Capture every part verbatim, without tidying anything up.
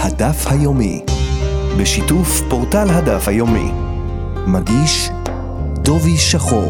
הדף היומי, בשיתוף פורטל הדף היומי. מגיש דובי שחור.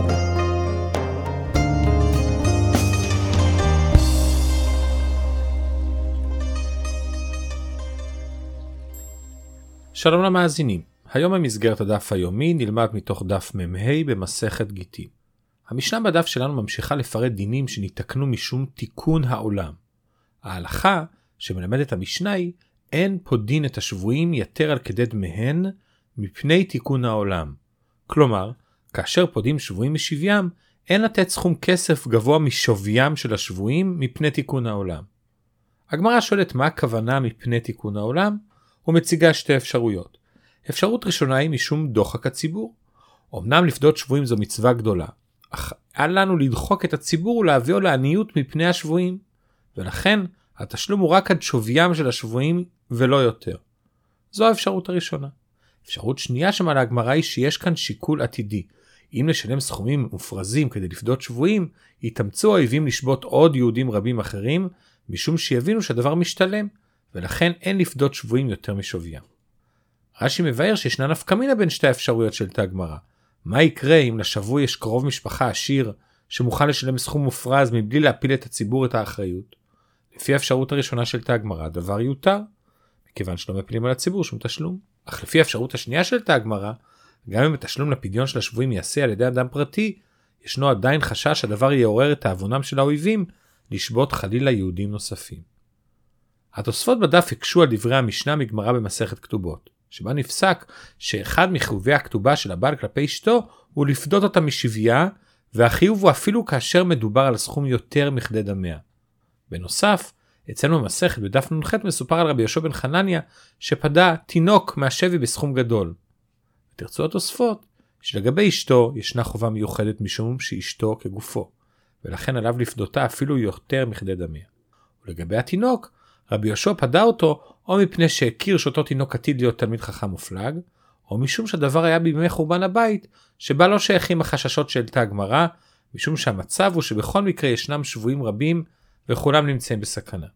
שלום למאזינים. היום במסגרת הדף היומי נלמד מתוך דף מ"ה במסכת גיטין. המשנה בדף שלנו ממשיכה לפרט דינים שניתקנו משום תיקון העולם. ההלכה שמלמדת המשנה היא אין פודין את השבויים יתר על כדי דמיהן מפני תיקון העולם. כלומר, כאשר פודים שבויים משוויים, אין לתת סכום כסף גבוה משוויים של השבויים מפני תיקון העולם. הגמרא שואלת מה הכוונה מפני תיקון העולם, ומציגה שתי אפשרויות. אפשרות ראשונה היא משום דוחק הציבור. אמנם לפדות שבויים זו מצווה גדולה, אך אל לנו לדחוק את הציבור ולהביאו לעניות מפני השבויים, ולכן התשלום הוא רק עד שוויים של השבויים ולא יותר. זו האפשרות הראשונה. אפשרות שנייה שמעלה הגמרא היא שיש כאן שיקול עתידי. אם לשלם סכומים מופרזים כדי לפדות שבויים, יתאמצו האויבים לשבות עוד יהודים רבים אחרים, משום שיבינו שהדבר משתלם, ולכן אין לפדות שבויים יותר משוויים. רש"י מבאר שישנה נפקא מינה בין שתי האפשרויות של הגמרא. מה יקרה אם לשבוי יש קרוב משפחה עשיר שמוכן לשלם סכום מופרז מבלי להפיל את הציבור את האחריות? לפי האפשרות הראשונה של הגמרא הדבר יותר, מכיוון שלא מפילים על הציבור שום תשלום. אך לפי האפשרות השנייה של הגמרא, גם אם התשלום לפדיון של השבויים יעשה על ידי אדם פרטי, ישנו עדיין חשש שהדבר יעורר את תאבונם של האויבים לשבות חלילה יהודים נוספים. התוספות בדף הקשו על דברי המשנה מגמרא במסכת כתובות, שבה נפסק שאחד מחיובי הכתובה של הבעל כלפי אשתו הוא לפדות אותה משוויה, והחיוב הוא אפילו כאשר מדובר על סכום יותר מכדי דמיה. בנוסף, אצלנו במסכת בדף נ"ח מסופר על רבי יהושע בן חנניה שפדה תינוק מהשבי בסכום גדול. ותרצו התוספות שלגבי אשתו ישנה חובה מיוחדת משום שאשתו כגופו, ולכן עליו לפדותה אפילו יותר מכדי דמיה. ולגבי התינוק, רבי יהושע פדה אותו או מפני שהכיר שאותו תינוק עתיד להיות תלמיד חכם מופלג, או משום שהדבר היה בימי חורבן הבית, שבה לא שייכים החששות שהעלתה הגמרא, משום שהמצב הוא שבכל מקרה ישנם שבויים רבים וכולם נמצאים בסכנה.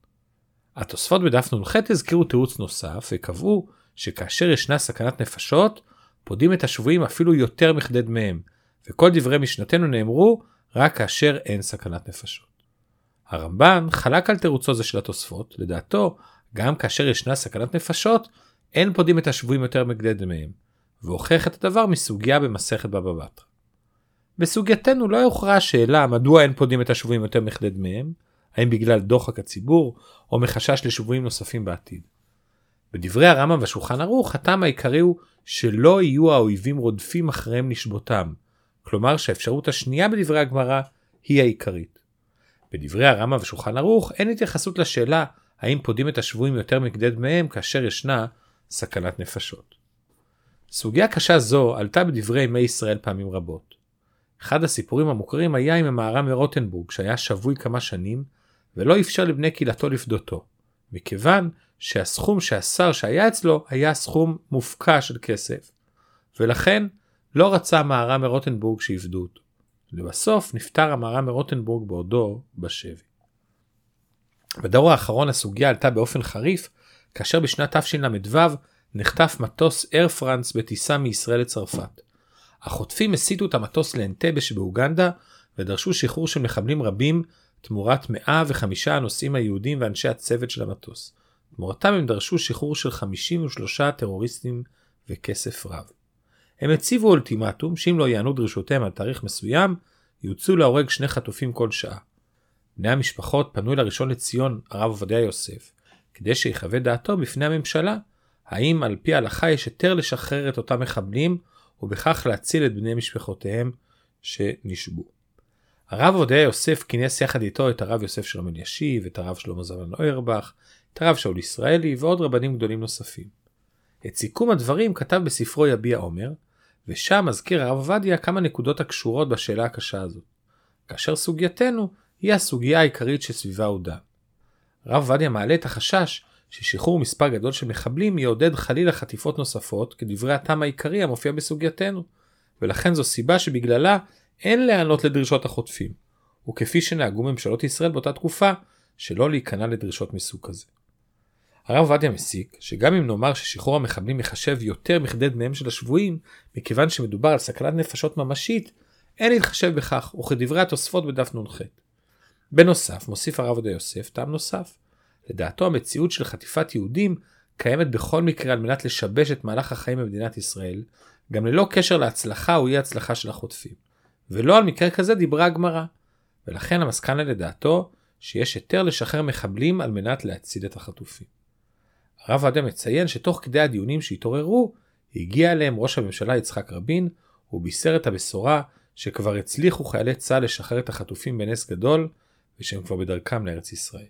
התוספות בדף נ"ח הזכירו תירוץ נוסף וקבעו שכאשר ישנה סכנת נפשות, פודים את השבויים אפילו יותר מכדי דמיהם, וכל דברי משנתנו נאמרו רק כאשר אין סכנת נפשות. הרמב"ן חלק על תירוצו זה של התוספות, לדעתו גם כאשר ישנה סכנת נפשות, אין פודים את השבויים יותר מכדי דמיהם, והוכיח את הדבר מסוגיה במסכת בבא בתרא. בסוגייתנו לא יוכרע השאלה מדוע אין פודים את השבויים יותר מכדי דמיהם, האם בגלל דוחק הציבור או מחשש לשבויים נוספים בעתיד. בדברי הרמב"ם והשולחן ערוך הטעם העיקרי הוא שלא יהיו האויבים רודפים אחריהם לשבותם, כלומר שהאפשרות השנייה בדברי הגמרא היא העיקרית. בדברי הרמב"ם והשולחן ערוך אין התייחסות לשאלה האם פודים את השבויים יותר מכדי דמיהם כאשר ישנה סכנת נפשות. סוגיה קשה זו עלתה בדברי ימי ישראל פעמים רבות. אחד הסיפורים המוכרים היה עם המהר"ם מרוטנבורג שהיה שבוי כמה שנים ולא אפשר לבני קהילתו לפדותו, מכיוון שהסכום שהשר שהיה אצלו היה סכום מופקע של כסף, ולכן לא רצה המהר"ם מרוטנבורג שיפדו אותו. לבסוף נפטר המהר"ם מרוטנבורג בעודו בשבי. בדור האחרון הסוגיה עלתה באופן חריף כאשר בשנת תשל"ו נחטף מטוס אייר פרנס בטיסה מישראל לצרפת. החוטפים הסיטו את המטוס לאנטבה שבאוגנדה ודרשו שחרור של מחבלים רבים תמורת מאה וחמישה הנוסעים היהודים ואנשי הצוות של המטוס. תמורתם הם דרשו שחרור של חמישים ושלושה טרוריסטים וכסף רב. הם הציבו אולטימטום שאם לא יענו דרישותיהם על תאריך מסוים, יוצאו להורג שני חטופים כל שעה. בני המשפחות פנו אל הראשון לציון, הרב עובדיה יוסף, כדי שיחווה דעתו בפני הממשלה, האם על פי ההלכה יש היתר לשחרר את אותם מחבלים, ובכך להציל את בני משפחותיהם שנשבו. הרב עובדיה יוסף כינס יחד איתו את הרב יוסף שלום אלישיב, את הרב שלמה זלמן אוירבך, את הרב שאול ישראלי ועוד רבנים גדולים נוספים. את סיכום הדברים כתב בספרו יביע עומר, ושם מזכיר הרב עובדיה כמה נקודות הקשורות בשאלה הקשה הזאת, כאשר סוגייתנו היא הסוגיה העיקרית שסביבה הוא דן. הרב עובדיה מעלה את החשש ששחרור מספר גדול של מחבלים יעודד חלילה חטיפות נוספות כדברי הטעם העיקרי המופיע בסוגייתנו, ולכן זו סיבה שבגללה אין להיענות לדרישות החוטפים, וכפי שנהגו ממשלות ישראל באותה תקופה שלא להיכנע לדרישות מסוג כזה. הרב עובדיה מסיק שגם אם נאמר ששחרור המחבלים מחשב יותר מכדי דמיהם של השבויים, מכיוון שמדובר על סכנת נפשות ממשית, אין להתחשב בכך, וכדברי התוספות בדף נ"ח. בנוסף, מוסיף הרב עובדיה יוסף טעם נוסף. לדעתו המציאות של חטיפת יהודים קיימת בכל מקרה על מנת לשבש את מהלך החיים במדינת ישראל, גם ללא קשר להצלחה או אי הצלחה של החוטפים. ולא על מקרה כזה דיברה הגמרא. ולכן המסקנה לדעתו שיש יותר לשחרר מחבלים על מנת להציל את החטופים. הרב עובדיה מציין שתוך כדי הדיונים שהתעוררו, הגיע אליהם ראש הממשלה יצחק רבין, ובישר את הבשורה שכבר הצליחו חיילי צה"ל לשחרר את החטופים בנס גדול, ושהם כבר בדרכם לארץ ישראל.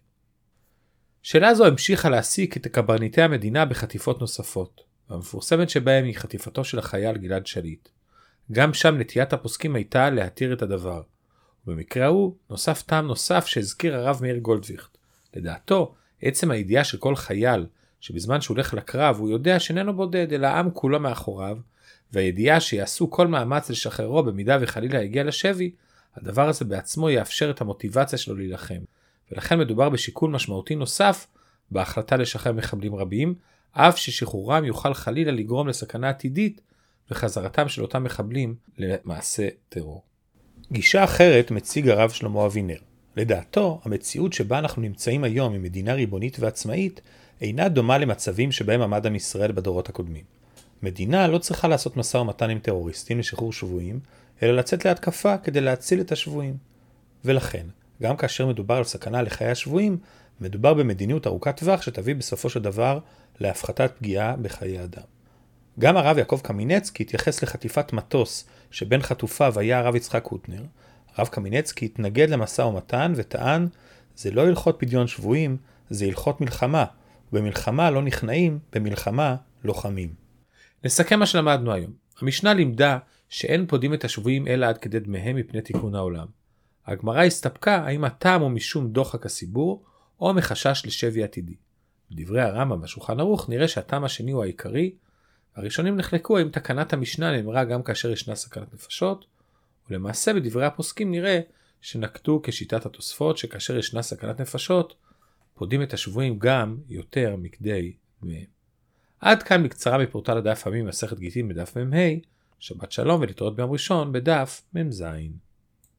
שאלה זו המשיכה להעסיק את קברניטי המדינה בחטיפות נוספות, והמפורסמת שבהם היא חטיפתו של החייל גלעד שליט. גם שם נטיית הפוסקים הייתה להתיר את הדבר. ובמקרה הוא נוסף טעם נוסף שהזכיר הרב מאיר גולדוויכט. לדעתו, עצם הידיעה של כל חייל שבזמן שהוא הולך לקרב הוא יודע שאיננו בודד אלא העם כולו מאחוריו, והידיעה שיעשו כל מאמץ לשחררו במידה וחלילה יגיע לשבי, הדבר הזה בעצמו יאפשר את המוטיבציה שלו להילחם. ולכן מדובר בשיקול משמעותי נוסף בהחלטה לשחרר מחבלים רבים, אף ששחרורם יוכל חלילה לגרום לסכנה עתידית וחזרתם של אותם מחבלים למעשה טרור. גישה אחרת מציג הרב שלמה אבינר. לדעתו, המציאות שבה אנחנו נמצאים היום עם מדינה ריבונית ועצמאית אינה דומה למצבים שבהם עמד עם ישראל בדורות הקודמים. מדינה לא צריכה לעשות משא ומתן עם טרוריסטים לשחרור שבויים, אלא לצאת להתקפה כדי להציל את השבויים. ולכן, גם כאשר מדובר על סכנה לחיי השבויים, מדובר במדיניות ארוכת טווח שתביא בסופו של דבר להפחתת פגיעה בחיי אדם. גם הרב יעקב קמינצקי התייחס לחטיפת מטוס שבין חטופיו היה הרב יצחק קוטנר. הרב קמינצקי התנגד למשא ומתן וטען, זה לא הלכות פדיון שבויים, זה הלכות מלחמה, ובמלחמה לא נכנעים, במלחמה לוחמים. נסכם מה שלמדנו היום. המשנה לימדה שאין פודים את השבויים אלא עד כדי דמיהם מפני תיקון העולם. הגמרא הסתפקה האם הטעם הוא משום דוחק הציבור, או מחשש לשבי עתידי. בדברי הרמב"ם בשולחן ערוך נראה שהטעם השני הוא העיקרי. הראשונים נחלקו האם תקנת המשנה נאמרה גם כאשר ישנה סכנת נפשות, ולמעשה בדברי הפוסקים נראה שנקטו כשיטת התוספות שכאשר ישנה סכנת נפשות, פודים את השבויים גם יותר מכדי דמיהם. עד כאן בקצרה מפורטל הדף היומי מסכת גיטין בדף מ"ה. שבת שלום ולהתראות ביום ראשון בדף מ"ז.